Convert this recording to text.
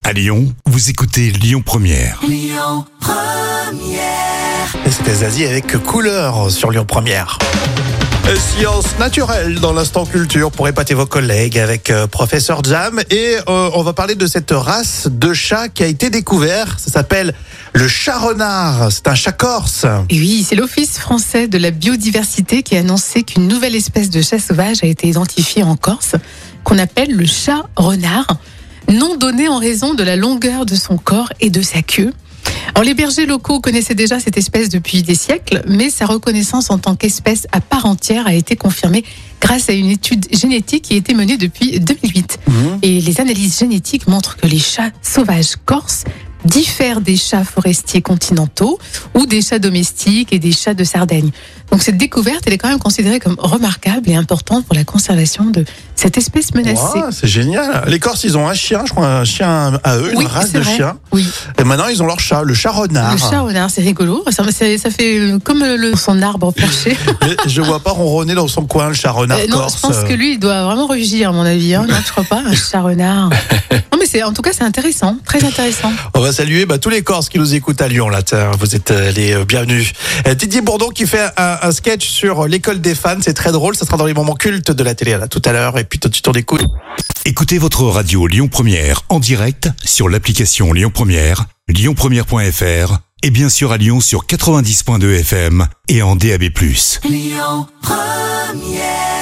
À Lyon, vous écoutez Lyon Première. C'était Zazie avec Couleur sur Lyon Première. Sciences naturelles dans l'instant culture pour épater vos collègues avec Professeur Jam. Et on va parler de cette race de chat qui a été découverte. Ça s'appelle le chat renard. C'est un chat corse. Et oui, c'est l'Office français de la biodiversité qui a annoncé qu'une nouvelle espèce de chat sauvage a été identifiée en Corse, qu'on appelle le chat renard, nom donné en raison de la longueur de son corps et de sa queue. Alors, les bergers locaux connaissaient déjà cette espèce depuis des siècles, mais sa reconnaissance en tant qu'espèce à part entière a été confirmée grâce à une étude génétique qui a été menée depuis 2008. Et les analyses génétiques montrent que les chats sauvages corses diffèrent des chats forestiers continentaux ou des chats domestiques et des chats de Sardaigne. Donc cette découverte, elle est quand même considérée comme remarquable et importante pour la conservation de cette espèce menacée. Wow, c'est génial. Les Corses, ils ont un chien, je crois, un chien à eux, Oui, une race c'est de vrai. chien. Oui. Et maintenant, ils ont leur chat, le chat renard. Le chat renard, c'est rigolo. Ça fait comme son arbre perché. Mais je vois pas ronronner dans son coin, le chat renard Non, corse. je pense que lui, il doit vraiment rugir, à mon avis. Non, je crois pas. Un chat renard. Non, mais en tout cas, c'est intéressant. Très intéressant. On va saluer tous les Corses qui nous écoutent à Lyon. Là, vous êtes les bienvenus. Didier Bourdon qui fait un sketch sur l'école des fans. C'est très drôle. Ça sera dans les moments cultes de la télé là, tout à l'heure. Et puis tout de suite, on écoute. Écoutez votre radio Lyon Première en direct sur l'application Lyon Première, lyonpremière.fr et bien sûr à Lyon sur 90.2 FM et en DAB+. Lyon Première.